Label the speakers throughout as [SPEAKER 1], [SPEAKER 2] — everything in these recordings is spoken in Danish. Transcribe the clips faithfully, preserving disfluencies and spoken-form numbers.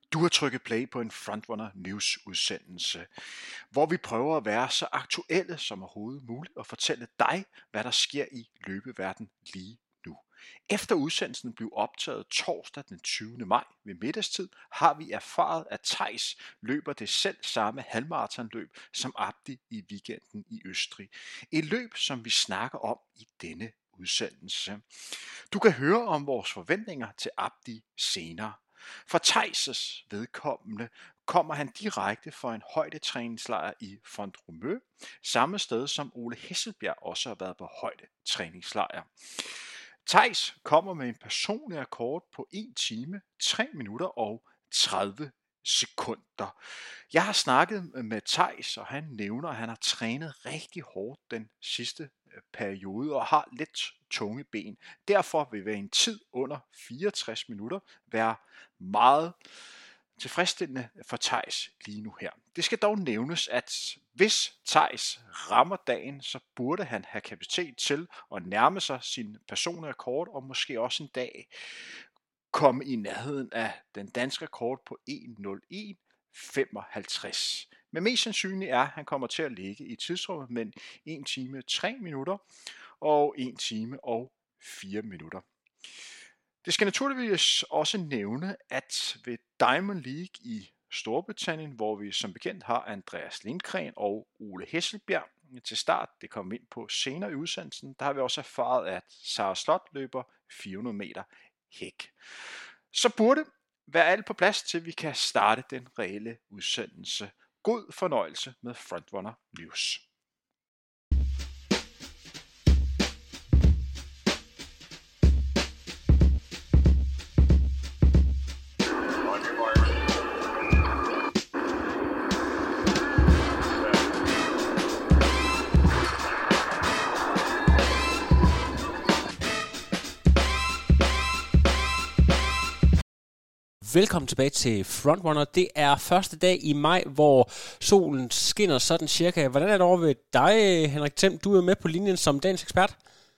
[SPEAKER 1] Du har trykket play på en Frontrunner News udsendelse, hvor vi prøver at være så aktuelle som overhovedet muligt og fortælle dig, hvad der sker i løbeverden lige nu. Efter udsendelsen blev optaget torsdag den tyvende maj ved middagstid, har vi erfaret, at Theis løber det selv samme halvmaratonløb som Abdi i weekenden i Østrig. Et løb, som vi snakker om i denne udsendelse. Du kan høre om vores forventninger til Abdi senere. For Theis' vedkommende kommer han direkte fra en højdetræningslejr i Font-Romeu, samme sted som Ole Hesselbjerg også har været på højdetræningslejr. Theis kommer med en personlig rekord på en time, tre minutter og tredive sekunder. Jeg har snakket med Theis, og han nævner, at han har trænet rigtig hårdt den sidste periode og har lidt tunge ben. Derfor vil ved en tid under fireogtres minutter være meget tilfredsstillende for Theis lige nu her. Det skal dog nævnes, at hvis Theis rammer dagen, så burde han have kapacitet til at nærme sig sin personlige rekord, og måske også en dag komme i nærheden af den danske rekord på en nul en femoghalvtreds. Men mest sandsynligt er, at han kommer til at ligge i tidsrummet mellem en time tre minutter og en time og fire minutter. Det skal naturligvis også nævne, at ved Diamond League i Storbritannien, hvor vi som bekendt har Andreas Lindgren og Ole Hesselbjerg til start, det kommer ind på senere i udsendelsen, der har vi også erfaret, at Sara Slot løber fire hundrede meter hæk. Så burde være alt på plads til, vi kan starte den reelle udsendelse. God fornøjelse med Frontrunner News.
[SPEAKER 2] Velkommen tilbage til Frontrunner. Det er første dag i maj, hvor solen skinner sådan cirka. Hvordan er det over ved dig, Henrik Thiem? Du er med på linjen som dagens ekspert.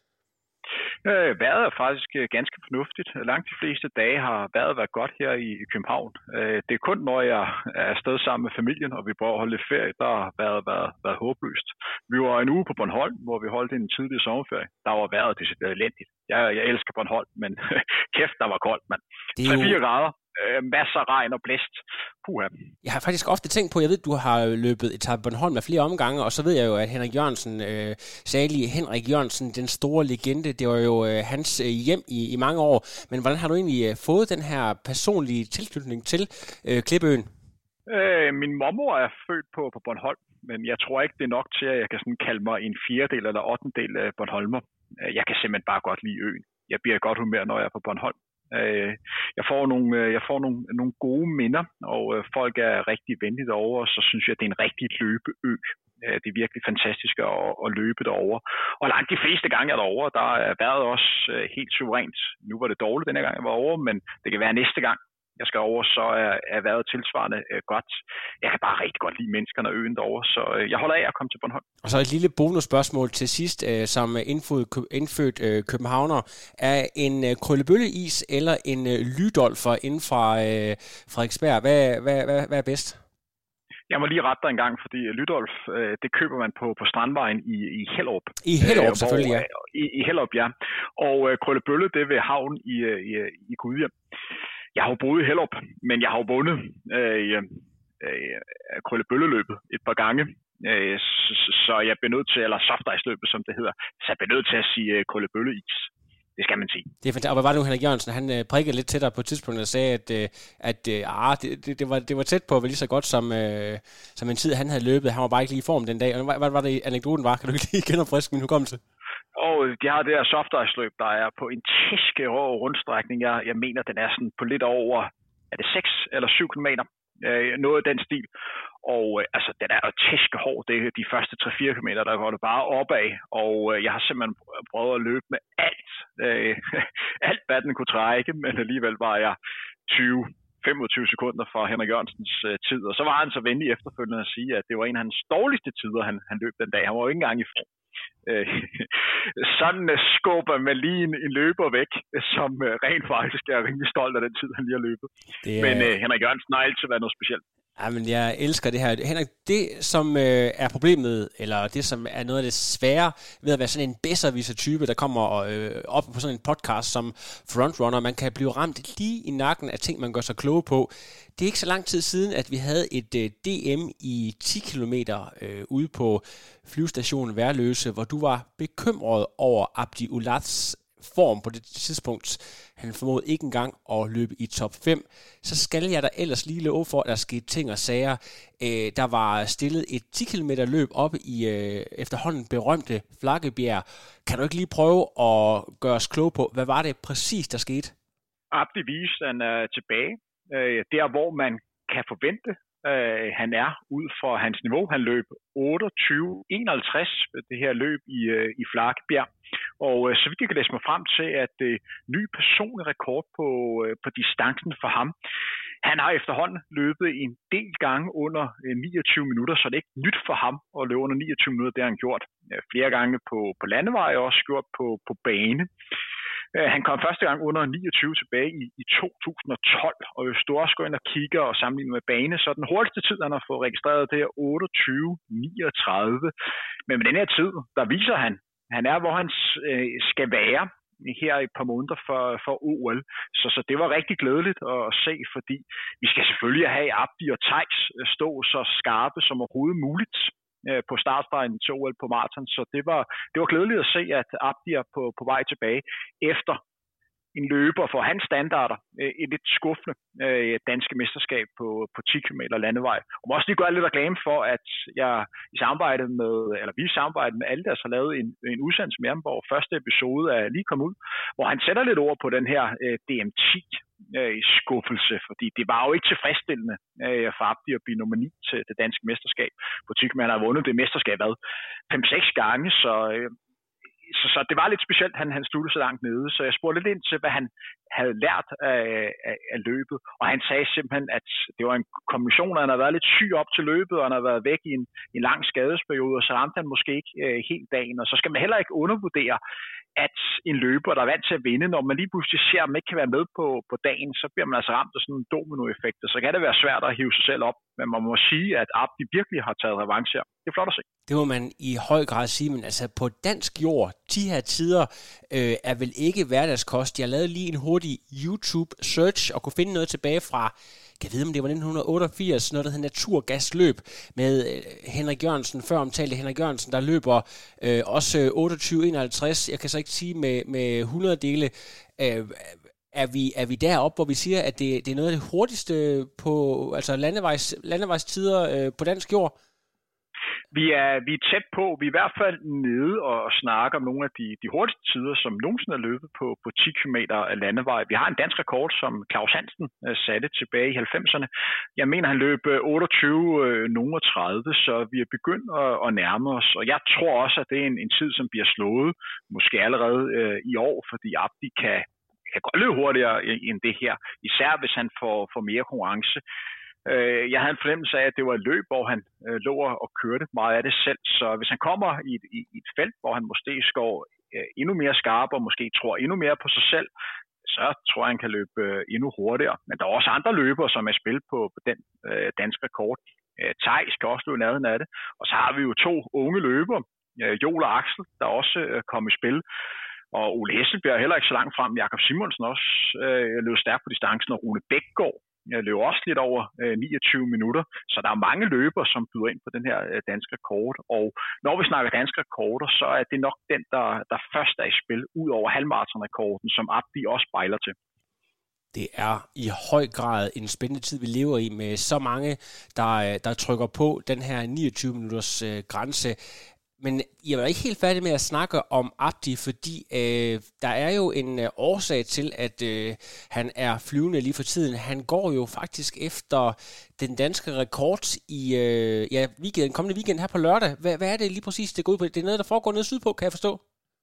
[SPEAKER 3] Øh, vejret er faktisk ganske fornuftigt. Langt de fleste dage har vejret været godt her i, i København. Øh, det er kun, når jeg er afsted sammen med familien, og vi prøver at holde lidt ferie, der har vejret været, været håbløst. Vi var en uge på Bornholm, hvor vi holdt en tidlig sommerferie. Der var vejret decideret elendigt. Jeg, jeg elsker Bornholm, men kæft, der var koldt, mand. tre til fire grader. Øh, masser af regn og blæst. Puha.
[SPEAKER 2] Jeg har faktisk ofte tænkt på, jeg ved, du har løbet etape Bornholm med flere omgange, og så ved jeg jo, at Henrik Jørgensen, øh, salig Henrik Jørgensen, den store legende, det var jo øh, hans øh, hjem i, i mange år. Men hvordan har du egentlig øh, fået den her personlige tilknytning til øh, Klippeøen?
[SPEAKER 3] Øh, min mormor er født på, på Bornholm, men jeg tror ikke, det er nok til, at jeg kan sådan kalde mig en fjerdedel eller ottendel af Bornholmer. Jeg kan simpelthen bare godt lide øen. Jeg bliver i godt humør, når jeg er på Bornholm. Jeg får nogle, jeg får nogle, nogle gode minder, og folk er rigtig venlige derovre, og så synes jeg, at det er en rigtig løbeø. Det er virkelig fantastisk at, at løbe derovre. Og langt de fleste gange jeg er derovre, der er vejret også helt suverænt. Nu var det dårligt denne gang jeg var over, men det kan være næste gang jeg skal over, så er, er vejret tilsvarende øh, godt. Jeg kan bare rigtig godt lide menneskerne og øen derovre, så øh, jeg holder af at komme til Bornholm.
[SPEAKER 2] Og så et lille bonusspørgsmål til sidst, øh, som indfødt, indfødt øh, københavner. Er en øh, krøllebølleis eller en øh, lydolfer inden fra øh, Frederiksberg? Hvad, hvad, hvad, hvad er bedst?
[SPEAKER 3] Jeg må lige rette dig en gang, fordi Lydolf, øh, det køber man på, på Strandvejen i, i Hellerup.
[SPEAKER 2] I Hellerup,
[SPEAKER 3] øh,
[SPEAKER 2] selvfølgelig, ja.
[SPEAKER 3] I, i Hellerup, ja. Og øh, krøllebølle, det er ved havn i, i, i Gudhjem. Jeg har jo boet i Hellerup, men jeg har jo vundet øh, øh, Krøllebølleløbet et par gange, øh, så, så jeg bliver nødt til, eller softice-løbet, som det hedder, så jeg bliver nødt til at sige øh, Krøllebølleis. Det skal man sige.
[SPEAKER 2] Det er fantastisk. Og hvad var det nu, Henrik Jørgensen? Han øh, prikkede lidt til dig på et tidspunkt og sagde, at, øh, at øh, ah, det, det, det, var, det var tæt på at være lige så godt, som, øh, som en tid, han havde løbet. Han var bare ikke lige i form den dag. Og hvad, hvad var det, anekdoten var? Kan du ikke lige genopfriske min hukommelse?
[SPEAKER 3] Og de har det her softice-løb, der er på en tæske rå rundstrækning. Jeg, jeg mener, den er sådan på lidt over, er det seks eller syv kilometer? Øh, noget af den stil. Og øh, altså, den er jo tæske hård. Det er de første tre til fire kilometer, der går det bare opad. Og øh, jeg har simpelthen prøvet at løbe med alt. Øh, alt, hvad den kunne trække, men alligevel var jeg tyve til femogtyve sekunder fra Henrik Jørgensens øh, tid. Og så var han så venlig efterfølgende at sige, at det var en af hans dårligste tider, han, han løb den dag. Han var jo ikke engang i form. øh, sådan øh, skubber man lige en, en løber væk, som øh, rent faktisk er rimelig stolt af den tid, han lige har løbet. Er... Men øh, Henrik Jørgensen har altid været noget specielt.
[SPEAKER 2] Ja, men jeg elsker det her. Henrik, det som øh, er problemet, eller det som er noget af det svære ved at være sådan en besserwisser-type, der kommer øh, op på sådan en podcast som Frontrunner, man kan blive ramt lige i nakken af ting, man gør sig kloge på. Det er ikke så lang tid siden, at vi havde et øh, D M i ti kilometer øh, ude på flyvestationen Værløse, hvor du var bekymret over Abdi Oulahs form på det tidspunkt. Han formåede ikke engang at løbe i top fem. Så skal jeg da ellers lige love for, at der skete ting og sager. Øh, der var stillet et ti kilometer løb op i øh, efterhånden berømte Flakkebjerg. Kan du ikke lige prøve at gøre os kloge på, hvad var det præcis, der skete?
[SPEAKER 3] Abdi viste, han er tilbage. Øh, der, hvor man kan forvente, øh, han er ud fra hans niveau. Han løb otteogtyve enoghalvtreds ved det her løb i, øh, i Flakkebjerg. Og øh, så vidt jeg kan læse mig frem til, at øh, ny personlig rekord på, øh, på distancen for ham. Han har efterhånden løbet en del gange under øh, niogtyve minutter, så det er ikke nyt for ham at løbe under niogtyve minutter. Det har han gjort øh, flere gange på, på landevej og også gjort på, på bane. Øh, han kom første gang under niogtyve tilbage i, i to tusind og tolv, og hvis du også går ind og kigger og sammenligner med bane, så den hurtigste tid, han har fået registreret, det er otteogtyve niogtredive. Men med den her tid, der viser han, han er, hvor han øh, skal være her et par måneder for, for O L. Så, så det var rigtig glædeligt at se, fordi vi skal selvfølgelig have Abdi og Theis stå så skarpe som overhovedet muligt øh, på startstregen til O L på maraton. Så det var, det var glædeligt at se, at Abdi er på, på vej tilbage efter en løber for hans standarder, et lidt skuffende øh, danske mesterskab på, på ti kilometer landevej. Og må også lige gøre lidt reklame for, at jeg i samarbejde med, eller vi i samarbejde med Aldas har lavet en, en udsendelse med ham, hvor første episode er lige kommet ud, hvor han sætter lidt ord på den her øh, D M ti øh, skuffelse, fordi det var jo ikke tilfredsstillende øh, for Abdi at blive nummer ni til det danske mesterskab på ti kilometer. Han har vundet det mesterskab hvad? fem seks gange, så øh, Så, så det var lidt specielt, at han, han sluttede så langt nede. Så jeg spurgte lidt ind til, hvad han havde lært af, af, af løbet. Og han sagde simpelthen, at det var en kombination, at han havde været lidt syg op til løbet, og han havde været væk i en, en lang skadesperiode, og så ramte han måske ikke øh, helt dagen. Og så skal man heller ikke undervurdere, at en løber, der er vant til at vinde, når man lige pludselig ser, at man ikke kan være med på, på dagen, så bliver man altså ramt af sådan en dominoeffekt. Så kan det være svært at hive sig selv op. Men man må sige, at Abdi virkelig har taget revanche her. Det er flot at se.
[SPEAKER 2] Det må man i høj grad sige, men altså på dansk jord, de her tider øh, er vel ikke hverdagskost. Jeg lavede lige en hurtig YouTube-search og kunne finde noget tilbage fra, jeg ved om det var nitten otteogfirs, noget der hedder Naturgasløb med øh, Henrik Jørgensen, før omtalte Henrik Jørgensen, der løber øh, også otteogtyve enoghalvtreds. Jeg kan så ikke sige med, med hundrede dele. Øh, er vi, er vi deroppe, hvor vi siger, at det, det er noget af det hurtigste på altså landevejs, landevejstider øh, på dansk jord?
[SPEAKER 3] Vi er, vi er tæt på, vi er i hvert fald nede og snakker om nogle af de, de hurtigste tider, som nogensinde er løbet på, på ti kilometer af landevej. Vi har en dansk rekord, som Claus Hansen uh, satte tilbage i halvfemserne. Jeg mener, han løb otteogtyve tredive, så vi er begyndt at, at nærme os. Og jeg tror også, at det er en, en tid, som bliver slået, måske allerede uh, i år, fordi Abdi kan, kan godt løbe hurtigere end det her, især hvis han får, får mere konkurrence. Jeg havde en fornemmelse af, at det var et løb, hvor han øh, lå og kørte meget af det selv. Så hvis han kommer i et, i, i et felt, hvor han måske står øh, endnu mere skarp og måske tror endnu mere på sig selv, så tror jeg, han kan løbe øh, endnu hurtigere. Men der er også andre løbere, som er spillet på, på den øh, danske rekord. Øh, Theis kan også løbe nærheden af det. Og så har vi jo to unge løbere, øh, Joel og Axel, der også øh, kom i spil. Og Ole Hesselbjerg er heller ikke så langt frem. Jakob Simonsen også øh, løb stærkt på distancen, og Rune Bækgaard Jeg løber også lidt over øh, niogtyve minutter, så der er mange løbere, som byder ind på den her øh, danske rekord. Og når vi snakker danske rekorder, så er det nok den, der, der først er i spil, ud over halvmaratonrekorden, som Abdi også spejler til.
[SPEAKER 2] Det er i høj grad en spændende tid, vi lever i, med så mange, der, der trykker på den her niogtyve minutters øh, grænse. Men jeg var ikke helt færdig med at snakke om Abdi, fordi øh, der er jo en øh, årsag til, at øh, han er flyvende lige for tiden. Han går jo faktisk efter den danske rekord i øh, ja, weekend, kommende weekend her på lørdag. Hvad, hvad er det lige præcis, det går ud på? Det er noget, der foregår nede sydpå, kan jeg forstå?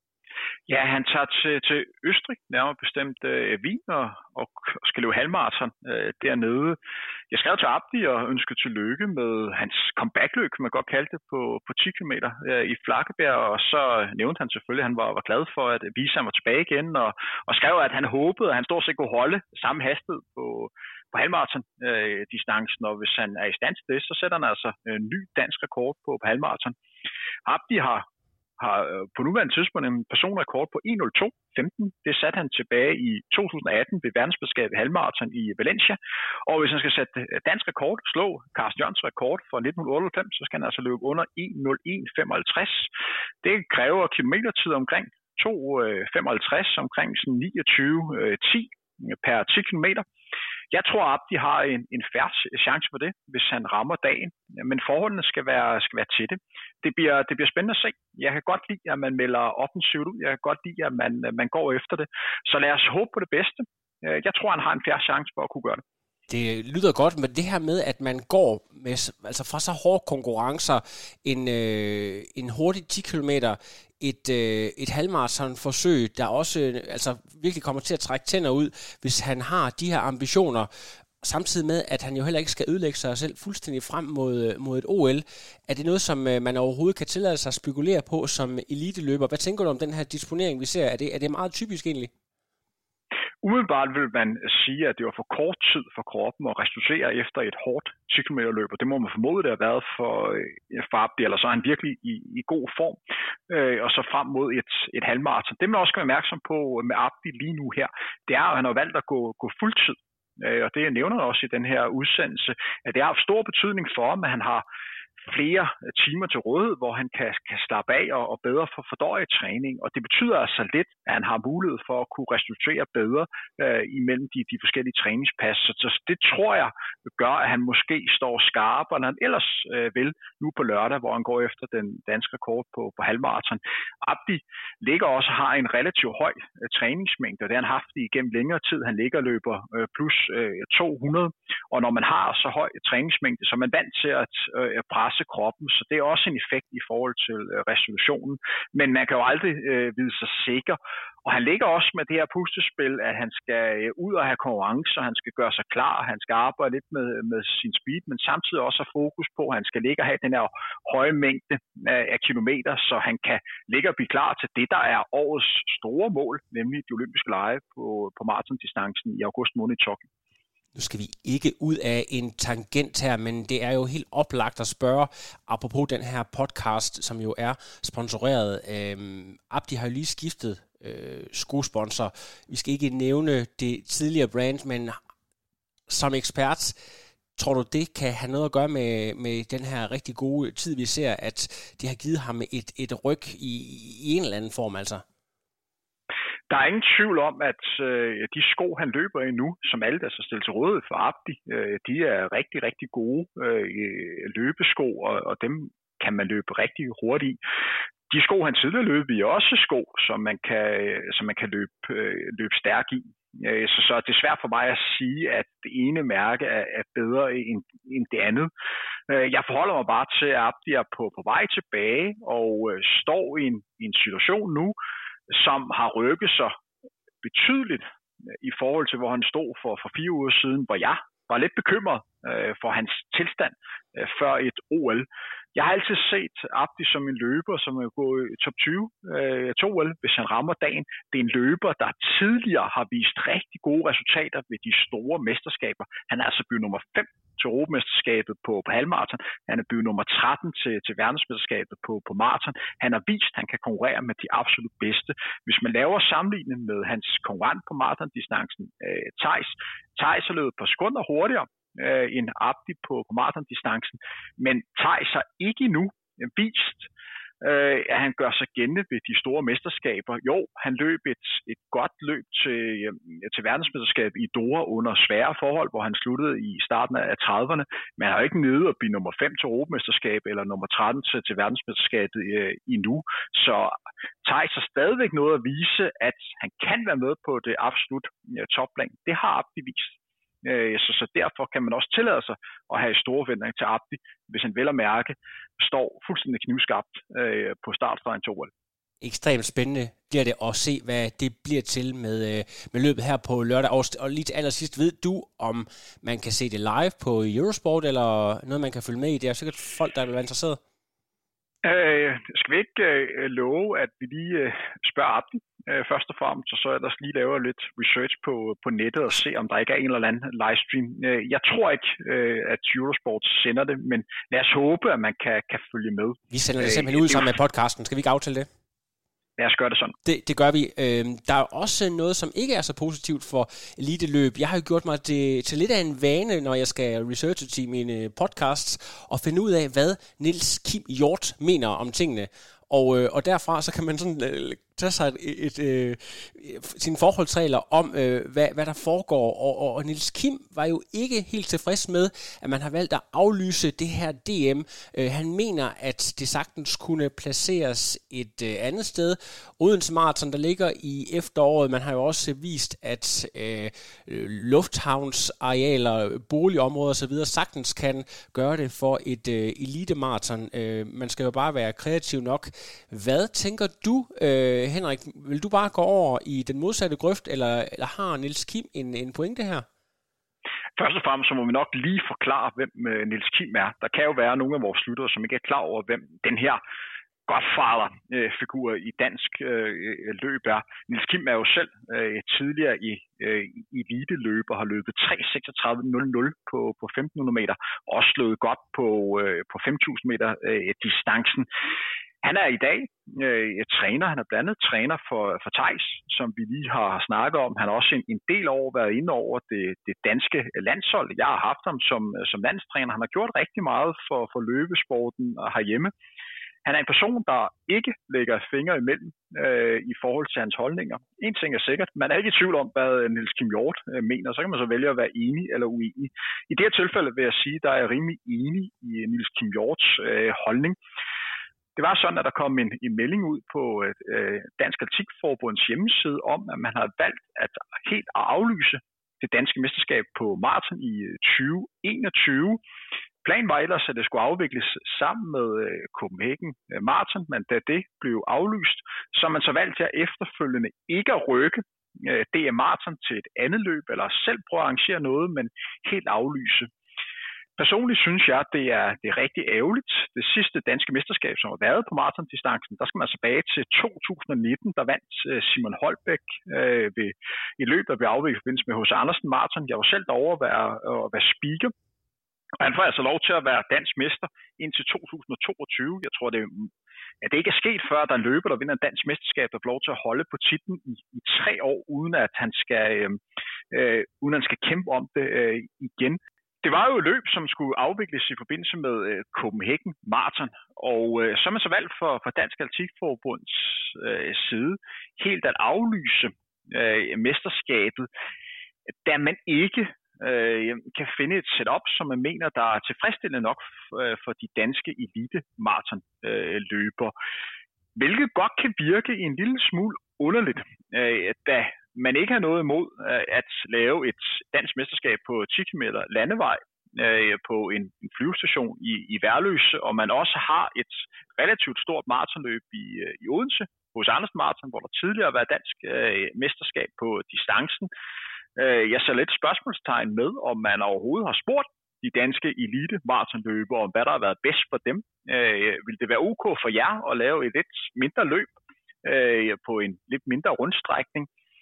[SPEAKER 3] Ja, han tager til, til Østrig, nærmere bestemt øh, Wien, og, og skal løbe halvmaraton øh, dernede. jeg skrev til Abdi og ønskede tillykke med hans comeback-løb, kan man godt kalde det, på, på ti kilometer øh, i Flakkebjerg, og så nævnte han selvfølgelig, at han var, var glad for at vise, at han var tilbage igen, og, og skrev, at han håbede, at han stort set kunne holde samme hastighed på, på halvmarathon-distancen, øh, og hvis han er i stand til det, så sætter han altså en ny dansk rekord på, på halvmarathon. Abdi har har på nuværende tidspunkt en personrekord på en nul to femten. Det satte han tilbage i to tusind atten ved verdensmesterskabet i halvmarathon i Valencia. Og hvis han skal sætte dansk rekord, slå Carsten Jørgens rekord for nitten otteoghalvfems, så skal han altså løbe under en nul en femoghalvtreds. Det kræver kilometertid omkring to femoghalvtreds, omkring sådan niogtyve ti per ti kilometer. Jeg tror, at Abdi har en, en fair chance for det, hvis han rammer dagen. Men forholdene skal være, skal være til det. Det bliver, det bliver spændende at se. Jeg kan godt lide, at man melder offensivt ud. Jeg kan godt lide, at man, man går efter det. Så lad os håbe på det bedste. Jeg tror, han har en fair chance for at kunne gøre det.
[SPEAKER 2] Det lyder godt, men det her med, at man går med, altså fra så hårde konkurrencer, en, øh, en hurtig ti kilometer, et, øh, et halvmarathonforsøg, der også øh, altså virkelig kommer til at trække tænder ud, hvis han har de her ambitioner, samtidig med, at han jo heller ikke skal ødelægge sig selv fuldstændig frem mod, mod et O L. Er det noget, som øh, man overhovedet kan tillade sig at spekulere på som eliteløber? Hvad tænker du om den her disponering, vi ser? Er det, er det meget typisk egentlig?
[SPEAKER 3] Umiddelbart vil man sige, at det var for kort tid for kroppen at restituere efter et hårdt ti kilometer løb, og det må man formode, det har været for, for Abdi, eller så er han virkelig i, i god form, øh, og så frem mod et, et halvmarathon. Det man også skal være opmærksom på med Abdi lige nu her, det er, at han har valgt at gå, gå fuldtid, øh, og det jeg nævner også i den her udsendelse, at det har stor betydning for ham, at han har flere timer til rådighed, hvor han kan, kan slappe af og, og bedre for fordøje træning. Og det betyder altså lidt, at han har mulighed for at kunne restituere bedre øh, imellem de, de forskellige træningspas. Så, så det tror jeg gør, at han måske står skarpere, end han ellers øh, vil nu på lørdag, hvor han går efter den danske rekord på, på halvmarathon. Abdi ligger også har en relativt høj øh, træningsmængde, og det har han haft igennem længere tid. Han ligger og løber øh, plus øh, to hundrede, og når man har så høj træningsmængde, så er man vant til at øh, presse kroppen, så det er også en effekt i forhold til øh, resolutionen. Men man kan jo aldrig øh, vide sig sikker. Og han ligger også med det her pustespil, at han skal øh, ud og have konkurrence, og han skal gøre sig klar, han skal arbejde lidt med, med sin speed, men samtidig også have fokus på, at han skal ligge og have den her høje mængde af, af kilometer, så han kan ligge og blive klar til det, der er årets store mål, nemlig de olympiske lege på, på maratondistancen i august måned i Tokyo.
[SPEAKER 2] Nu skal vi ikke ud af en tangent her, men det er jo helt oplagt at spørge, apropos den her podcast, som jo er sponsoreret. Øhm, Abdi har jo lige skiftet øh, skosponsor. Vi skal ikke nævne det tidligere brand, men som ekspert, tror du, det kan have noget at gøre med, med den her rigtig gode tid, vi ser, at det har givet ham et, et ryg i, i en eller anden form, altså?
[SPEAKER 3] Der er ingen tvivl om, at øh, de sko, han løber i nu, som alle der så stillet til rådighed for Abdi, øh, de er rigtig, rigtig gode øh, løbesko, og, og dem kan man løbe rigtig hurtigt i. De sko, han tidligere løb i, er også sko, som man kan, som man kan løbe, øh, løbe stærk i. Så, så det er svært for mig at sige, at det ene mærke er, er bedre end, end det andet. Jeg forholder mig bare til, at Abdi er på, på vej tilbage og øh, står i en, i en situation nu, som har rykket sig betydeligt i forhold til, hvor han stod for, for fire uger siden, hvor jeg var lidt bekymret øh, for hans tilstand øh, før et O L. Jeg har altid set Abdi som en løber, som er gået i top tyve øh, til O L, hvis han rammer dagen. Det er en løber, der tidligere har vist rigtig gode resultater ved de store mesterskaber. Han er altså blevet nummer fem til Europamesterskabet på, på halvmarathon. Han er blevet nummer tretten til, til verdensmesterskabet på, på marathon. Han har vist, at han kan konkurrere med de absolut bedste. Hvis man laver sammenligning med hans konkurrent på marathondistancen, øh, Theis, Theis har løbet på sekunder hurtigere øh, end Abdi på, på marathondistancen, men Theis har ikke endnu vist, øh, at han gør sig gældende ved de store mesterskaber. Jo, han løb et, et godt løb til, øh, til verdensmesterskabet i Doha under svære forhold, hvor han sluttede i starten af trediverne, men han er jo ikke nede at blive nummer fem til Europamesterskabet eller nummer tretten til, til verdensmesterskabet øh, endnu. Så Theis har stadigvæk noget at vise, at han kan være med på det absolut øh, topplan. Det har Abdi vist. Så, så derfor kan man også tillade sig at have store forventninger til Abdi, hvis han vel at mærke står fuldstændig knivskarpt øh, på startstregen til O L.
[SPEAKER 2] Ekstremt spændende bliver det at se, hvad det bliver til med, øh, med løbet her på lørdag. Og, og lige til allersidst, ved du, om man kan se det live på Eurosport, eller noget, man kan følge med i? Det er sikkert folk, der vil være interesseret.
[SPEAKER 3] Øh, skal vi ikke øh, love, at vi lige øh, spørger Abdi øh, først og fremmest, og så ellers lige laver lidt research på, på nettet og se, om der ikke er en eller anden livestream. Øh, jeg tror ikke, øh, at Eurosport sender det, men lad os håbe, at man kan, kan følge med.
[SPEAKER 2] Vi sender det simpelthen øh, ud sammen med podcasten. Skal vi ikke aftale det?
[SPEAKER 3] Lad os gøre det sådan.
[SPEAKER 2] Det, det gør vi. Øhm, der er også noget, som ikke er så positivt for eliteløb. Jeg har jo gjort mig det, til lidt af en vane, når jeg skal researche til mine podcasts, og finde ud af, hvad Niels Kim Hjort mener om tingene. Og, øh, og derfra så kan man sådan øh, tage sig et, et, øh, sine forholdsregler om, øh, hvad, hvad der foregår. Og, og, og Niels Kim var jo ikke helt tilfreds med, at man har valgt at aflyse det her D M. Øh, han mener, at det sagtens kunne placeres et øh, andet sted. Odense Marathon, der ligger i efteråret. Man har jo også vist, at øh, lufthavnsarealer, boligområder osv. sagtens kan gøre det for et øh, elitemarathon. Øh, man skal jo bare være kreativ nok. Hvad tænker du, øh, Henrik? Vil du bare gå over i den modsatte grøft, eller, eller har Niels Kim en, en pointe her?
[SPEAKER 3] Først og fremmest så må vi nok lige forklare, hvem øh, Niels Kim er. Der kan jo være nogle af vores lyttere, som ikke er klar over, hvem den her godfather-figur i dansk øh, løb er. Niels Kim er jo selv øh, tidligere i øh, eliteløber, har løbet tre seksogtredive nul nul på, på femten hundrede meter, og også slået godt på, øh, på fem tusind meter øh, distancen. Han er i dag øh, træner, han er blandt andet træner for, for Theis, som vi lige har snakket om. Han har også en, en del år været inde over det, det danske landshold. Jeg har haft ham som, som landstræner. Han har gjort rigtig meget for, for løbesporten herhjemme. Han er en person, der ikke lægger fingre imellem øh, i forhold til hans holdninger. En ting er sikkert, man er ikke i tvivl om, hvad Niels Kim Hjort øh, mener, så kan man så vælge at være enig eller uenig. I det her tilfælde vil jeg sige, der er jeg rimelig enig i Niels Kim Hjorts øh, holdning. Det var sådan, at der kom en, en melding ud på øh, Dansk Atletikforbunds hjemmeside om, at man havde valgt at helt at aflyse det danske mesterskab på maraton i tyve enogtyve. Planen var ellers, at det skulle afvikles sammen med øh, Copenhagen Marathon, men da det blev aflyst, så man så valgt til at efterfølgende ikke at rykke øh, D M Marathon til et andet løb, eller selv prøve at arrangere noget, men helt aflyse. Personligt synes jeg, at det er, det er rigtig ærgerligt. Det sidste danske mesterskab, som har været på maratondistancen, der skal man tilbage til to tusind nitten, der vandt Simon Holbæk øh, ved et løb, der blev afviklet i forbindelse med H C Andersen Marathon. Jeg var selv derovre at være, at være speaker, og han får altså lov til at være dansk mester indtil to tusind toogtyve. Jeg tror, det, at det ikke er sket før, der er en løber, der vinder en dansk mesterskab, der får lov til at holde på titlen i, i tre år, uden at han skal, øh, øh, uden at han skal kæmpe om det øh, igen. Det var jo et løb, som skulle afvikles i forbindelse med øh, Copenhagen Marathon, og øh, så er man så valgt for, for Dansk Atletikforbunds øh, side helt at aflyse øh, mesterskabet, da man ikke øh, kan finde et setup, som man mener, der er tilfredsstillende nok øh, for de danske elite maratonløbere, øh, hvilket godt kan virke en lille smule underligt, øh, da man ikke har noget imod øh, at lave et dansk mesterskab på ti kilometer landevej øh, på en, en flyvestation i, i Værløse, og man også har et relativt stort maratonløb i, øh, i Odense, hos Andersen Marathon, hvor der tidligere har været dansk øh, mesterskab på distancen. Øh, jeg ser lidt spørgsmålstegn med, om man overhovedet har spurgt de danske elite maratonløbere om, hvad der har været bedst for dem. Øh, vil det være ok for jer at lave et lidt mindre løb øh, på en lidt mindre rundstrækning,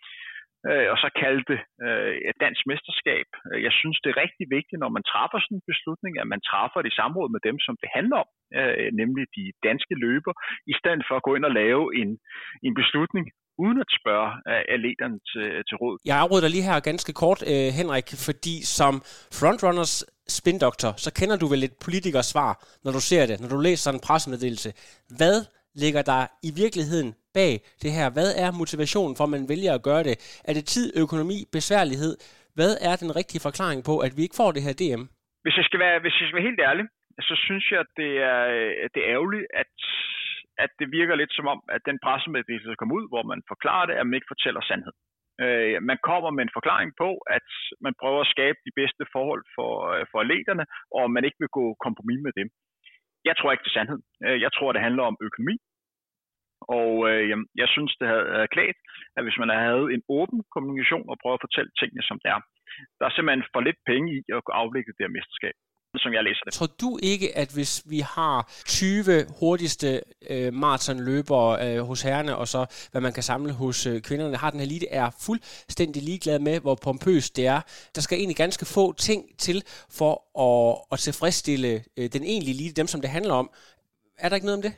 [SPEAKER 3] øh, og så kalde det øh, et dansk mesterskab? Jeg synes, det er rigtig vigtigt, når man træffer sådan en beslutning, at man træffer det i samråd med dem, som det handler om, øh, nemlig de danske løber, i stedet for at gå ind og lave en, en beslutning, uden at spørge uh, atleterne til, til råd.
[SPEAKER 2] Jeg afrøder dig lige her ganske kort, uh, Henrik, fordi som frontrunners spindoktor, så kender du vel et politikers svar, når du ser det, når du læser sådan en pressemeddelelse. Hvad ligger der i virkeligheden bag det her? Hvad er motivationen for, at man vælger at gøre det? Er det tid, økonomi, besværlighed? Hvad er den rigtige forklaring på, at vi ikke får det her D M?
[SPEAKER 3] Hvis jeg skal være, hvis jeg skal være helt ærlig, så synes jeg, at det er, det er ærgerligt, at at det virker lidt som om, at den pressemeddelelse, der kommer ud, hvor man forklarer det, at man ikke fortæller sandhed. Øh, man kommer med en forklaring på, at man prøver at skabe de bedste forhold for, for atleterne, og man ikke vil gå kompromis med dem. Jeg tror ikke, det er sandhed. Jeg tror, det handler om økonomi. Og øh, jamen, jeg synes, det havde klædt, at hvis man havde en åben kommunikation og prøve at fortælle tingene, som det er, der er simpelthen for lidt penge i at afvikle det her mesterskab, som jeg læser det.
[SPEAKER 2] Tror du ikke, at hvis vi har tyve hurtigste øh, maratonløbere øh, hos herrerne, og så hvad man kan samle hos øh, kvinderne, har den elite er fuldstændig ligeglad med, hvor pompøst det er. Der skal egentlig ganske få ting til for at, at tilfredsstille øh, den egentlige elite, dem som det handler om. Er der ikke noget om det?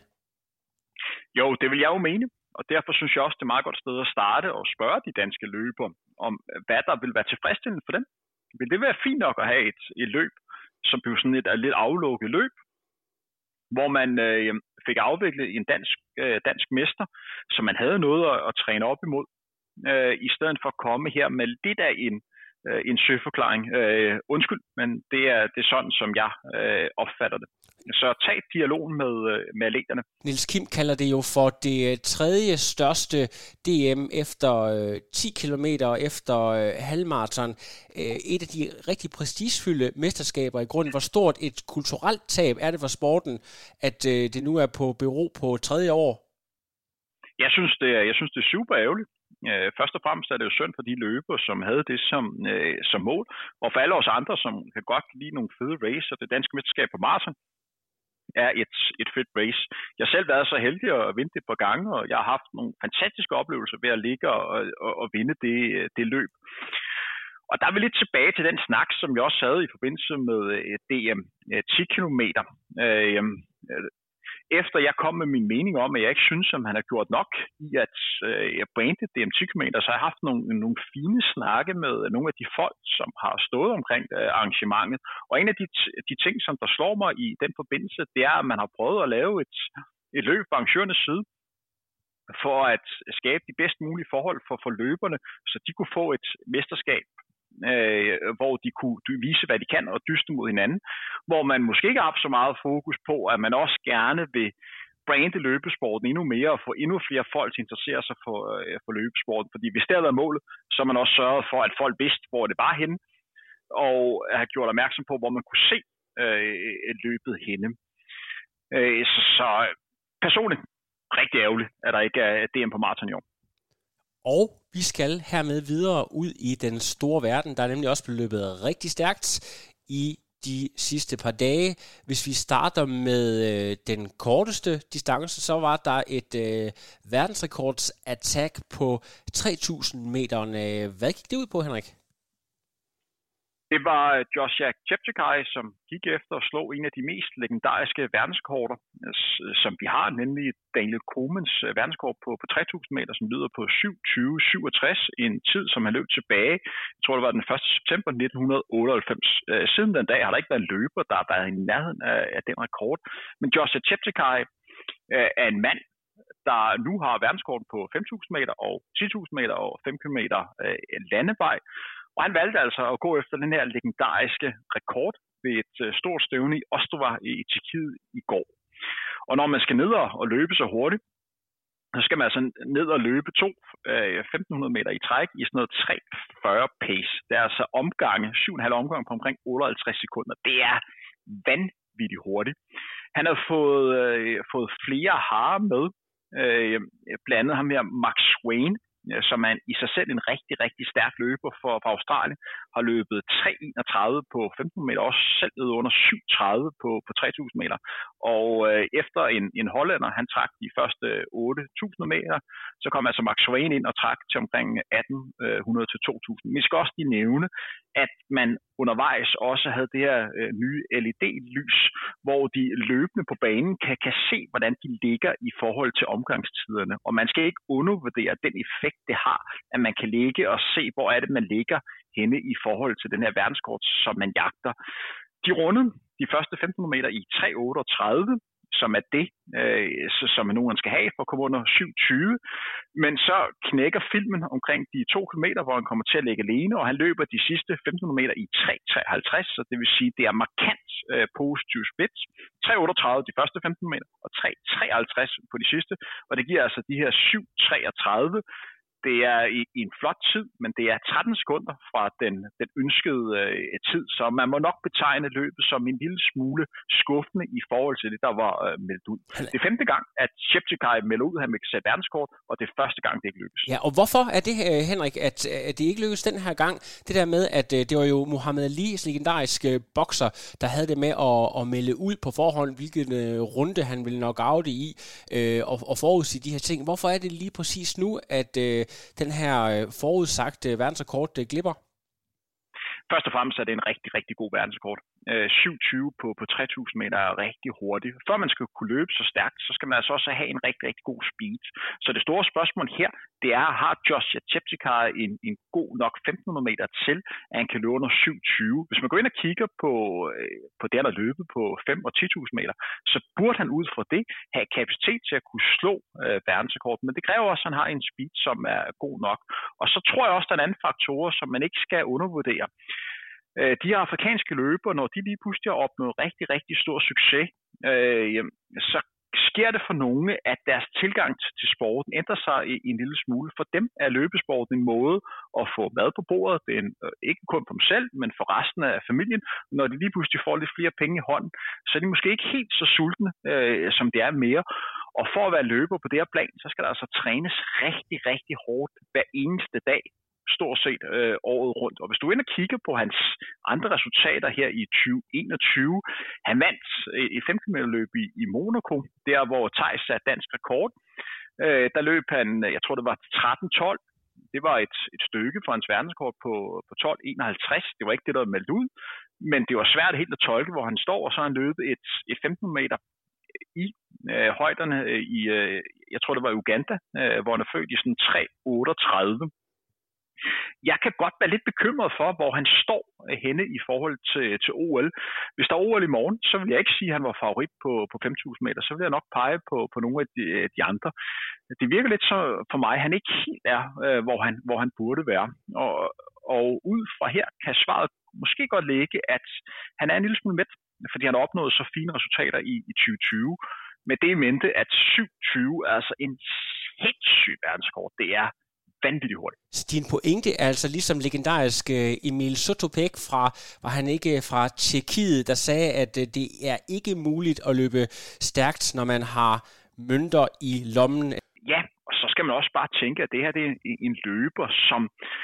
[SPEAKER 3] Jo, det vil jeg jo mene. Og derfor synes jeg også, det er et meget godt sted at starte og spørge de danske løbere om, hvad der vil være tilfredsstillende for dem. Vil det være fint nok at have et, et løb, som blev sådan et, et lidt aflukket løb, hvor man øh, fik afviklet en dansk, øh, dansk mester, som man havde noget at, at træne op imod, øh, i stedet for at komme her med lidt af en, øh, en søforklaring. Øh, undskyld, men det er, det er sådan, som jeg øh, opfatter det. Så tag dialogen med, med atleterne.
[SPEAKER 2] Niels Kim kalder det jo for det tredje største D M efter øh, ti kilometer efter øh, halvmarathon. Øh, et af de rigtig prestigefyldte mesterskaber i grunden. Hvor stort et kulturelt tab er det for sporten, at øh, det nu er på bero på tredje år?
[SPEAKER 3] Jeg synes, det er, jeg synes, det er super ærgerligt. Øh, først og fremmest er det jo synd for de løbere, som havde det som, øh, som mål. Og for alle os andre, som kan godt lide nogle fede race, og det danske mesterskab på maraton er et, et fedt race. Jeg har selv været så heldig at vinde det et par gange, og jeg har haft nogle fantastiske oplevelser ved at ligge og, og, og vinde det, det løb. Og der er vi lidt tilbage til den snak, som jeg også havde i forbindelse med D M ti kilometer. Øh, Efter jeg kom med min mening om, at jeg ikke synes, at han har gjort nok i at øh, brande D M ti kilometer, så har jeg haft nogle, nogle fine snakke med nogle af de folk, som har stået omkring øh, arrangementet. Og en af de, de ting, som der slår mig i den forbindelse, det er, at man har prøvet at lave et, et løb fra arrangørernes side, for at skabe de bedst mulige forhold for, for løberne, så de kunne få et mesterskab, øh, hvor de kunne vise, hvad de kan, og dyste mod hinanden. Hvor man måske ikke har haft så meget fokus på, at man også gerne vil brande løbesporten endnu mere, og få endnu flere folk til at interessere sig for, øh, for løbesporten. Fordi hvis det havde været målet, så har man også sørget for, at folk vidste, hvor det var henne, og har gjort opmærksom på, hvor man kunne se øh, løbet henne. Øh, så, så personligt, rigtig ærgerligt, at der ikke er D M på maraton i år.
[SPEAKER 2] Og vi skal hermed videre ud i den store verden. Der er nemlig også blevet løbet rigtig stærkt i de sidste par dage. Hvis vi starter med øh, den korteste distance, så var der et øh, verdensrekordsattack på tre tusind meter. Hvad gik det ud på, Henrik?
[SPEAKER 3] Det var Joshua Cheptegei, som gik efter at slå en af de mest legendariske verdensrekorder, som vi har, nemlig Daniel Koemans verdenskort på, på tre tusind meter, som lyder på syv tyve syvogtres, en tid, som han løb tilbage. Jeg tror, det var den første september nitten otteoghalvfems. Siden den dag har der ikke været en løber, der har været i nærheden af, af den rekord. Men Joshua Cheptegei er en mand, der nu har verdenskorten på fem tusind meter og ti tusind meter og fem kilometer landevej. Og han valgte altså at gå efter den her legendariske rekord ved et uh, stort stævne i Ostrava i Tjekkiet i går. Og når man skal ned og løbe så hurtigt, så skal man altså ned og løbe to uh, femten hundrede meter i træk i sådan noget tre fyrre pace. Det er altså omgange, syv komma fem omgang på omkring otteoghalvtreds sekunder. Det er vanvittigt hurtigt. Han har fået, uh, fået flere harer med, uh, blandt andet ham her Max Swain, som er i sig selv en rigtig, rigtig stærk løber for, for Australien, har løbet tre enogtredive på femten meter, også selv under syv tredive på, på tre tusind meter. Og øh, efter en, en hollander, han trak de første otte tusind meter, så kom altså Max Swain ind og trak til omkring atten hundrede til to tusind. Vi skal også lige nævne, at man undervejs også havde det her øh, nye L E D-lys, hvor de løbende på banen kan, kan se, hvordan de ligger i forhold til omgangstiderne. Og man skal ikke undervurdere den effekt, det har, at man kan ligge og se, hvor er det, man ligger henne i forhold til den her verdenskort, som man jagter. De rundede de første femten hundrede meter i tre otteogtredive, som er det, øh, som nogen skal have for at komme under syv tyve. Men så knækker filmen omkring de to kilometer, hvor han kommer til at ligge alene, og han løber de sidste femten hundrede meter i tre treoghalvtreds, så det vil sige, det er markant øh, positiv split. tre otteogtredive de første femten meter, og tre treoghalvtreds på de sidste, og det giver altså de her syv treogtredive. Det er i, i en flot tid, men det er tretten sekunder fra den, den ønskede øh, tid, så man må nok betegne løbet som en lille smule skuffende i forhold til det, der var øh, meldt ud. Det er femte gang, at Cheptegei melder ud, at han vil sætte verdenskort, og det er første gang, det ikke lykkes.
[SPEAKER 2] Ja, og hvorfor er det, Henrik, at, at det ikke lykkedes den her gang? Det der med, at øh, det var jo Muhammad Alis legendariske bokser, der havde det med at, at melde ud på forhånd, hvilken øh, runde han ville nok oute i, øh, og, og forudsige de her ting. Hvorfor er det lige præcis nu, at øh, den her forudsagte verdensrekord glipper?
[SPEAKER 3] Først og fremmest er det en rigtig, rigtig god verdensrekord. syv tyve på, på tre tusind meter er rigtig hurtigt. Før man skal kunne løbe så stærkt, så skal man altså også have en rigtig, rigtig god speed. Så det store spørgsmål her, det er, har Joshua Cheptegei en, en god nok femten hundrede meter til, at han kan løbe under syv tyve. Hvis man går ind og kigger på, på det, han har løbet på fem og ti tusind meter, så burde han ud fra det have kapacitet til at kunne slå øh, verdensrekorden. Men det kræver også, at han har en speed, som er god nok. Og så tror jeg også, der er en anden faktor, som man ikke skal undervurdere. De her afrikanske løbere, når de lige pludselig har opnået rigtig, rigtig stor succes, øh, så sker det for nogle, at deres tilgang til sporten ændrer sig en lille smule. For dem er løbesporten en måde at få mad på bordet. Det er en, ikke kun for dem selv, men for resten af familien. Når de lige pludselig får lidt flere penge i hånden, så er de måske ikke helt så sultne, øh, som det er mere. Og for at være løber på det her plan, så skal der altså trænes rigtig, rigtig hårdt hver eneste dag. Stort set øh, året rundt. Og hvis du er inde og kigger på hans andre resultater her i tyve enogtyve, han vandt et femten meter løb i, i Monaco, der hvor Theis satte dansk rekord. Øh, der løb han, jeg tror det var tretten tolv. Det var et, et stykke for hans verdensrekord på, på tolv enoghalvtreds. Det var ikke det, der var meldt ud, men det var svært helt at tolke, hvor han står, og så har han løbet et, et femten meter i øh, højderne i, øh, jeg tror det var Uganda, øh, hvor han er født i sådan tre otteogtredive. Jeg kan godt være lidt bekymret for, hvor han står henne i forhold til, til O L. Hvis der er O L i morgen, så vil jeg ikke sige, at han var favorit på, på fem tusind meter. Så vil jeg nok pege på, på nogle af de, de andre. Det virker lidt så for mig, at han ikke helt er, øh, hvor, han, hvor han burde være. Og, og ud fra her kan svaret måske godt ligge, at han er en lille smule mæt, fordi han har opnået så fine resultater i, i tyve tyve. Med det i mente, at syv tyve er altså en helt syg verdenskort. Det er vanvittigt hurtigt.
[SPEAKER 2] Din pointe er altså ligesom legendarisk Emil Sotopek fra, var han ikke fra Tjekkiet, der sagde, at det er ikke muligt at løbe stærkt, når man har mønter i lommen.
[SPEAKER 3] Ja, og så skal man også bare tænke, at det her det er en løber, som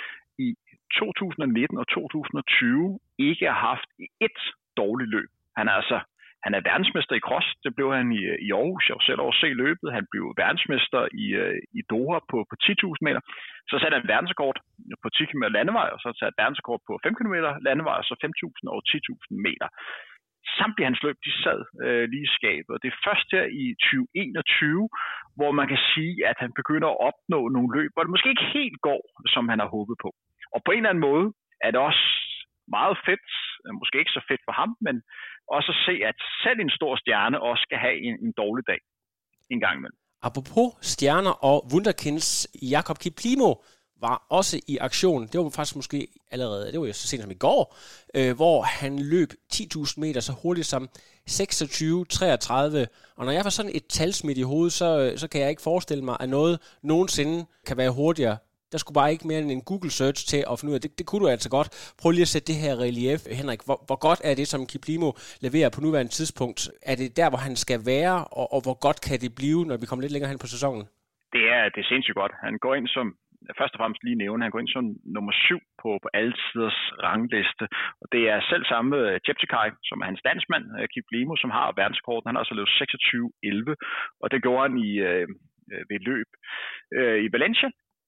[SPEAKER 3] i to tusind nitten og to tusind tyve ikke har haft et dårligt løb. Han er altså Han er verdensmester i cross, det blev han i, i Aarhus, jeg var selv over at se løbet. Han blev verdensmester i, i Doha på, på ti tusind meter. Så satte han verdensrekord på ti kilometer landevej, og så satte han verdensrekord på fem kilometer landevej, og så fem tusind og ti tusind meter. Samtlige hans løb, de sad øh, lige i skabet. Og det er først her i tyve enogtyve, hvor man kan sige, at han begynder at opnå nogle løb, hvor det måske ikke helt går, som han har håbet på. Og på en eller anden måde er det også meget fedt, måske ikke så fedt for ham, men også at se, at selv en stor stjerne også skal have en, en dårlig dag en gang imellem.
[SPEAKER 2] Apropos stjerner og wunderkinds, Jakob Kiplimo var også i aktion. Det var faktisk måske allerede, det var jo så sent som i går, øh, hvor han løb ti tusind meter så hurtigt som seksogtyve treogtredive. Og når jeg får sådan et talsmidt i hovedet, så, så kan jeg ikke forestille mig, at noget nogensinde kan være hurtigere. Der skulle bare ikke mere end en Google search til at finde ud af, det, det kunne du altså godt. Prøv lige at sætte det her relief, Henrik. Hvor, hvor godt er det, som Kiplimo leverer på nuværende tidspunkt? Er det der, hvor han skal være, og, og hvor godt kan det blive, når vi kommer lidt længere hen på sæsonen?
[SPEAKER 3] Det er, det er sindssygt godt. Han går ind som, først og fremmest lige nævne, han går ind som nummer syv på, på alle tiders rangliste. Og det er selv samme Cheptegei, som er hans landsmand, Kiplimo, som har verdensrekorden. Han har altså løbet seksogtyve elleve, og det gjorde han i, øh, ved løb øh, i Valencia.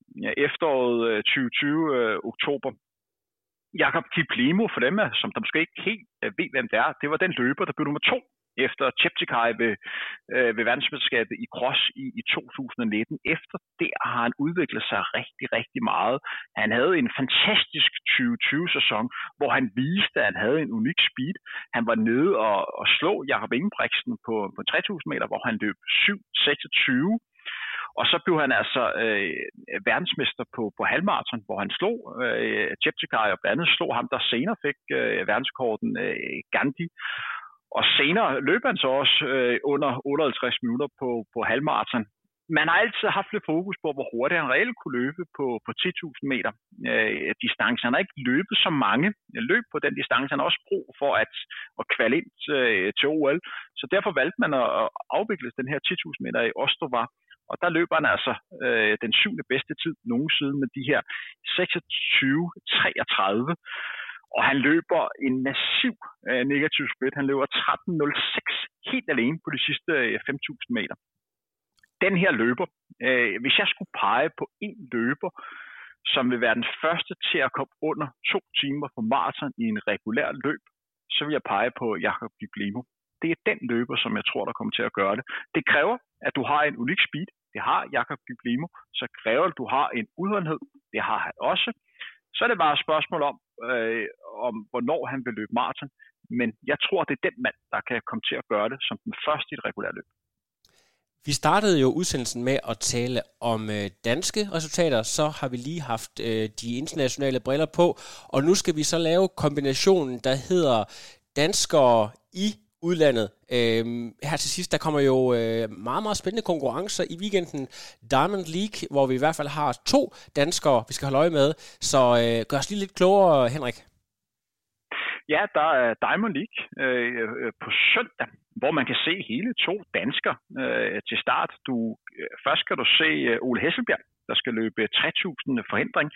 [SPEAKER 3] Efteråret tyve tyve, øh, oktober. Jakob Kiplimo, for dem, som der måske ikke helt ved, hvem det er, det var den løber, der blev nummer to efter Cheptegei ved, øh, ved verdensmesterskabet i cross i, i to tusind nitten. Efter det har han udviklet sig rigtig, rigtig meget. Han havde en fantastisk tyve tyve-sæson, hvor han viste, at han havde en unik speed. Han var nede og, og slå Jakob Ingebrigtsen på, på tre tusind meter, hvor han løb syv seksogtyve. Og så blev han altså øh, verdensmester på, på halvmarathon, hvor han slog øh, Cheptegei, og blandt andet slog ham, der senere fik øh, verdensrekorden øh, Gandhi. Og senere løb han så også øh, under otteoghalvtreds minutter på, på halvmarathon. man har altid haft lidt fokus på, hvor hurtigt han reelt kunne løbe på, på ti tusind meter øh, distance. Han har ikke løbet så mange løb på den distance. Han har også brug for at, at kvalde ind øh, til O L. Så derfor valgte man at afvikle den her ti tusind meter i Ostrava. Og der løber han altså øh, den syvende bedste tid nogensinde med de her seksogtyve treogtredive. Og han løber en massiv øh, negativ split. Han løber tretten nul seks helt alene på de sidste øh, fem tusind meter. Den her løber, øh, hvis jeg skulle pege på en løber, som vil være den første til at komme under to timer på maraton i en regulær løb, så vil jeg pege på Jakob Gyblemo. Det er den løber, som jeg tror, der kommer til at gøre det. Det kræver, at du har en unik speed. Det har Jakob Gyblemo. Så kræver det, at du har en udholdenhed. Det har han også. Så er det bare et spørgsmål om, øh, om hvornår han vil løbe maraton. Men jeg tror, det er den mand, der kan komme til at gøre det som den første i et regulært løb.
[SPEAKER 2] Vi startede jo udsendelsen med at tale om øh, danske resultater, så har vi lige haft øh, de internationale briller på, og nu skal vi så lave kombinationen, der hedder danskere i udlandet. Øh, her til sidst, der kommer jo øh, meget, meget spændende konkurrencer i weekenden. Diamond League, hvor vi i hvert fald har to danskere, vi skal holde øje med, så øh, gør os lige lidt klogere, Henrik.
[SPEAKER 3] Ja, der er Diamond League øh, på søndag, hvor man kan se hele to danskere øh, til start. Du, øh, først skal du se øh, Ole Hesselbjerg, der skal løbe tre tusind forhindring.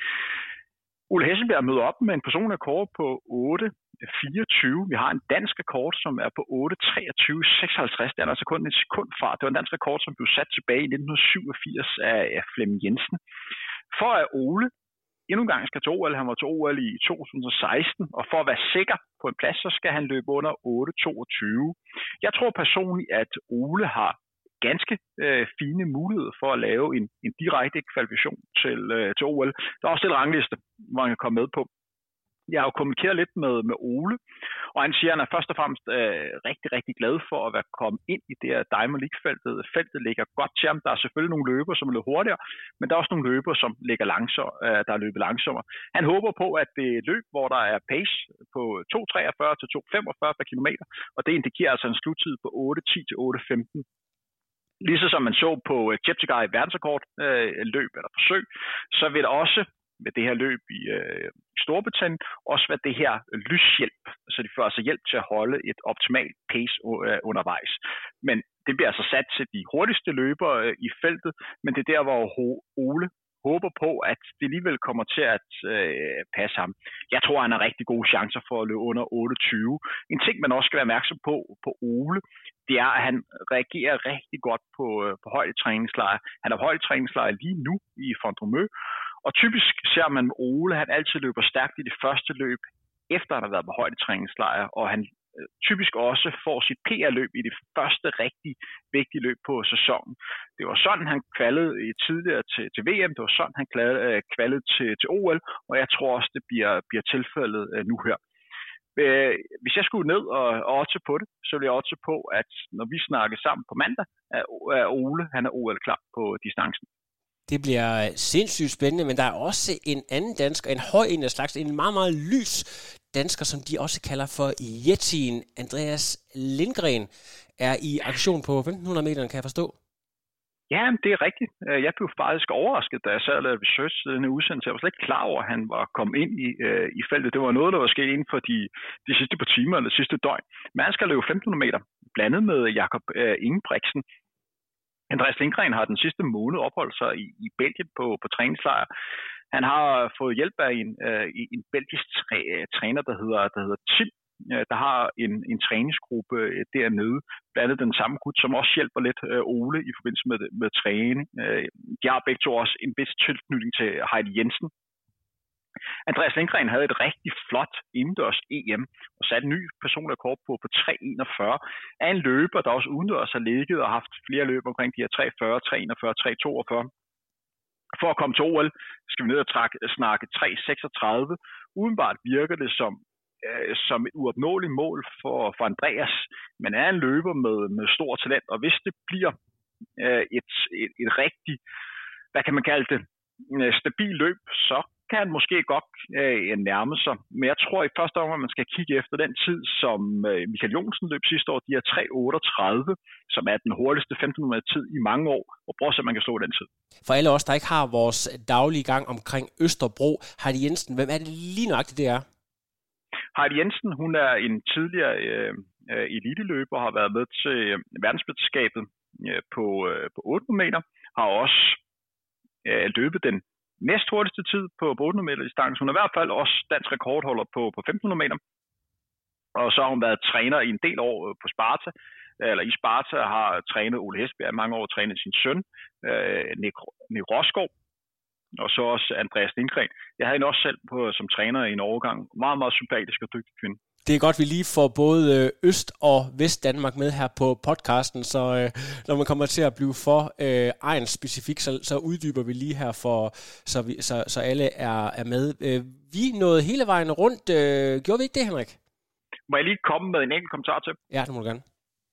[SPEAKER 3] Ole Hesselbjerg møder op med en personrekord på otte fireogtyve. Vi har en dansk rekord, som er på otte treogtyve seksoghalvtreds. Det er altså kun et sekund fra. Det var en dansk rekord, som blev sat tilbage i nitten syvogfirs af, af Flemming Jensen. For at Ole endnu en gang skal til O L. Han var til O L i to tusind og seksten, og for at være sikker på en plads, så skal han løbe under otte toogtyve. Jeg tror personligt, at Ole har ganske øh, fine muligheder for at lave en, en direkte kvalifikation til, øh, til O L. Der er også et rangliste, hvor han kan komme med på. Jeg har jo kommunikeret lidt med, med Ole, og han siger, at han er først og fremmest øh, rigtig, rigtig glad for at være kommet ind i det her Diamond League-feltet. Feltet ligger godt til ham. Der er selvfølgelig nogle løber, som er lidt hurtigere, men der er også nogle løber, som ligger langsommere, øh, der er løbet langsommere. Han håber på, at det er et løb, hvor der er pace på to treogfyrre til to femogfyrre per kilometer, og det indikerer altså en sluttid på otte ti til otte femten. Ligesom som man så på Cheptegei verdensrekord øh, løb eller forsøg, så vil der også med det her løb i øh, Storbritannien også være det her lyshjælp, så de får altså hjælp til at holde et optimalt pace øh, undervejs. Men det bliver altså sat til de hurtigste løbere øh, i feltet, men det er der, hvor Ole håber på, at det alligevel kommer til at øh, passe ham. Jeg tror, han har rigtig gode chancer for at løbe under otte tyve. En ting, man også skal være opmærksom på på Ole, det er, at han reagerer rigtig godt på, øh, på højdetræningslejr. Han har højdetræningslejr lige nu i Font-Romeu, og typisk ser man med Ole, han altid løber stærkt i det første løb, efter han har været på højdetræningslejr, og han øh, typisk også får sit P R-løb i det første rigtig vigtige løb på sæsonen. Det var sådan, han kvalede tidligere til, til V M, det var sådan, han kvalede, kvalede til, til O L, og jeg tror også, det bliver, bliver tilfældet øh, nu her. Øh, hvis jeg skulle ned og, og otte på det, så vil jeg otte på, at når vi snakker sammen på mandag, er, er Ole, han er O L klar på distancen.
[SPEAKER 2] Det bliver sindssygt spændende, men der er også en anden dansker, en høj en af slags, en meget, meget lys dansker, som de også kalder for Yetien. Andreas Lindgren er i aktion på femten hundrede meter, kan jeg forstå.
[SPEAKER 3] Ja, det er rigtigt. Jeg blev faktisk overrasket, da jeg sad og lavede research til denne udsendelse. Jeg var slet ikke klar over, at han var kommet ind i, øh, i feltet. Det var noget, der var sket inden for de, de sidste par timer eller sidste døgn. Men han skal løbe femten hundrede meter, blandet med Jakob øh, Ingebrigtsen. Andreas Lindgren har den sidste måned opholdt sig i, i Belgien på, på træningslejr. Han har fået hjælp af en, øh, en belgisk træ, træner, der hedder, der hedder Tim, øh, der har en, en træningsgruppe øh, dernede, blandt andet den samme gut, som også hjælper lidt øh, Ole i forbindelse med, med træning. Øh, de har begge to også en vis tilknytning til Heidi Jensen. Andreas Lindgren havde et rigtig flot indendørs E M og satte en ny personrekord på, på tre enogfyrre af en løber, der også udendørs har ligget og haft flere løb omkring de her tre fyrre, tre enogfyrre, tre toogfyrre. For at komme til O L skal vi ned og trække, snakke tre seksogtredive. Udenbart virker det som, øh, som et uopnåeligt mål for, for Andreas, men er en løber med, med stor talent, og hvis det bliver øh, et, et, et rigtig, hvad kan man kalde det, stabil løb, så kan han måske godt øh, nærme sig. Men jeg tror i første omgang, at man skal kigge efter den tid, som øh, Michael Johnsen løb sidste år, de er tre otteogtredive, som er den hurtigste femten hundrede tid i mange år, og prøv at se, at man kan slå den tid.
[SPEAKER 2] For alle os, der ikke har vores daglige gang omkring Østerbro, Heidi Jensen, hvem er det lige nøjagtigt, det er?
[SPEAKER 3] Heidi Jensen, hun er en tidligere øh, eliteløber, har været med til øh, verdensmesterskabet øh, på, øh, på otte hundrede meter, har også øh, løbet den næst hurtigste tid på otte hundrede meter distance. Hun er i hvert fald også dansk rekordholder på, på femten hundrede meter. Og så har hun været træner i en del år på Sparta, eller i Sparta har trænet Ole Hesbjerg i mange år, trænet sin søn, øh, Nick, Nick Rosgaard, og så også Andreas Lindgren. Jeg havde hende også selv på, som træner i en overgang. Meget, meget sympatisk og dygtig kvinde.
[SPEAKER 2] Det er godt, vi lige får både Øst- og Vest-Danmark med her på podcasten, så øh, når man kommer til at blive for øh, egen specifik, så, så uddyber vi lige her, for, så, vi, så, så alle er, er med. Øh, vi nåede hele vejen rundt. Øh, gjorde vi ikke det, Henrik?
[SPEAKER 3] Må jeg lige komme med en enkelt kommentar til?
[SPEAKER 2] Ja, det må du gerne.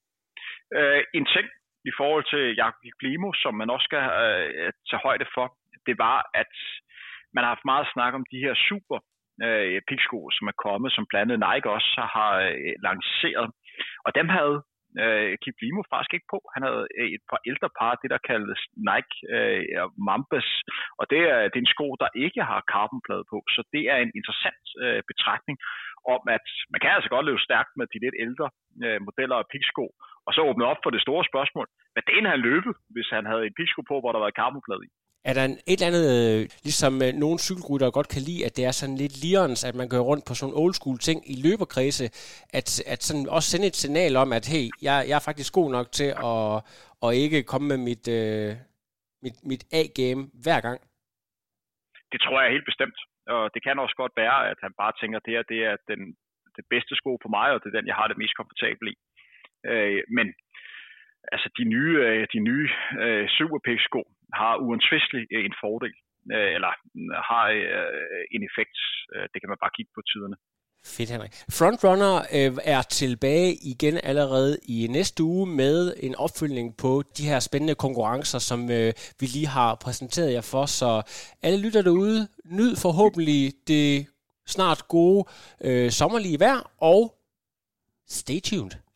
[SPEAKER 3] Øh, en ting i forhold til Jakob Kiplimo, som man også skal øh, tage højde for, det var, at man har haft meget snak om de her super øh, piksko, som er kommet, som blandt andet Nike også har øh, lanceret. Og dem havde øh, Kiplimo faktisk ikke på. Han havde et par ældre par, det der kaldes Nike øh, Mambas, og det er, det er en sko, der ikke har carbonplade på, så det er en interessant øh, betragtning om, at man kan altså godt løbe stærkt med de lidt ældre øh, modeller af piksko, og så åbne op for det store spørgsmål. Hvad det han løbet, hvis han havde en piksko på, hvor der var carbonplade i?
[SPEAKER 2] Er der et eller andet, ligesom nogle cykelryttere godt kan lide, at det er sådan lidt lirens, at man går rundt på sådan old school ting i løberkredse, at, at sådan også sende et signal om, at hey, jeg, jeg er faktisk god nok til at, at ikke komme med mit, øh, mit, mit A-game hver gang?
[SPEAKER 3] Det tror jeg helt bestemt. Og det kan også godt være, at han bare tænker, at det her det er den, det bedste sko på mig, og det er den, jeg har det mest komfortabel i. Øh, men altså de nye, de nye øh, Superpix-sko har uomtvisteligt en fordel, øh, eller har øh, en effekt. Det kan man bare kigge på tiderne.
[SPEAKER 2] Fedt, Henrik. Frontrunner øh, er tilbage igen allerede i næste uge med en opfølgning på de her spændende konkurrencer, som øh, vi lige har præsenteret jer for. Så alle lytter derude, nyd forhåbentlig det snart gode øh, sommerlige vejr, og stay tuned.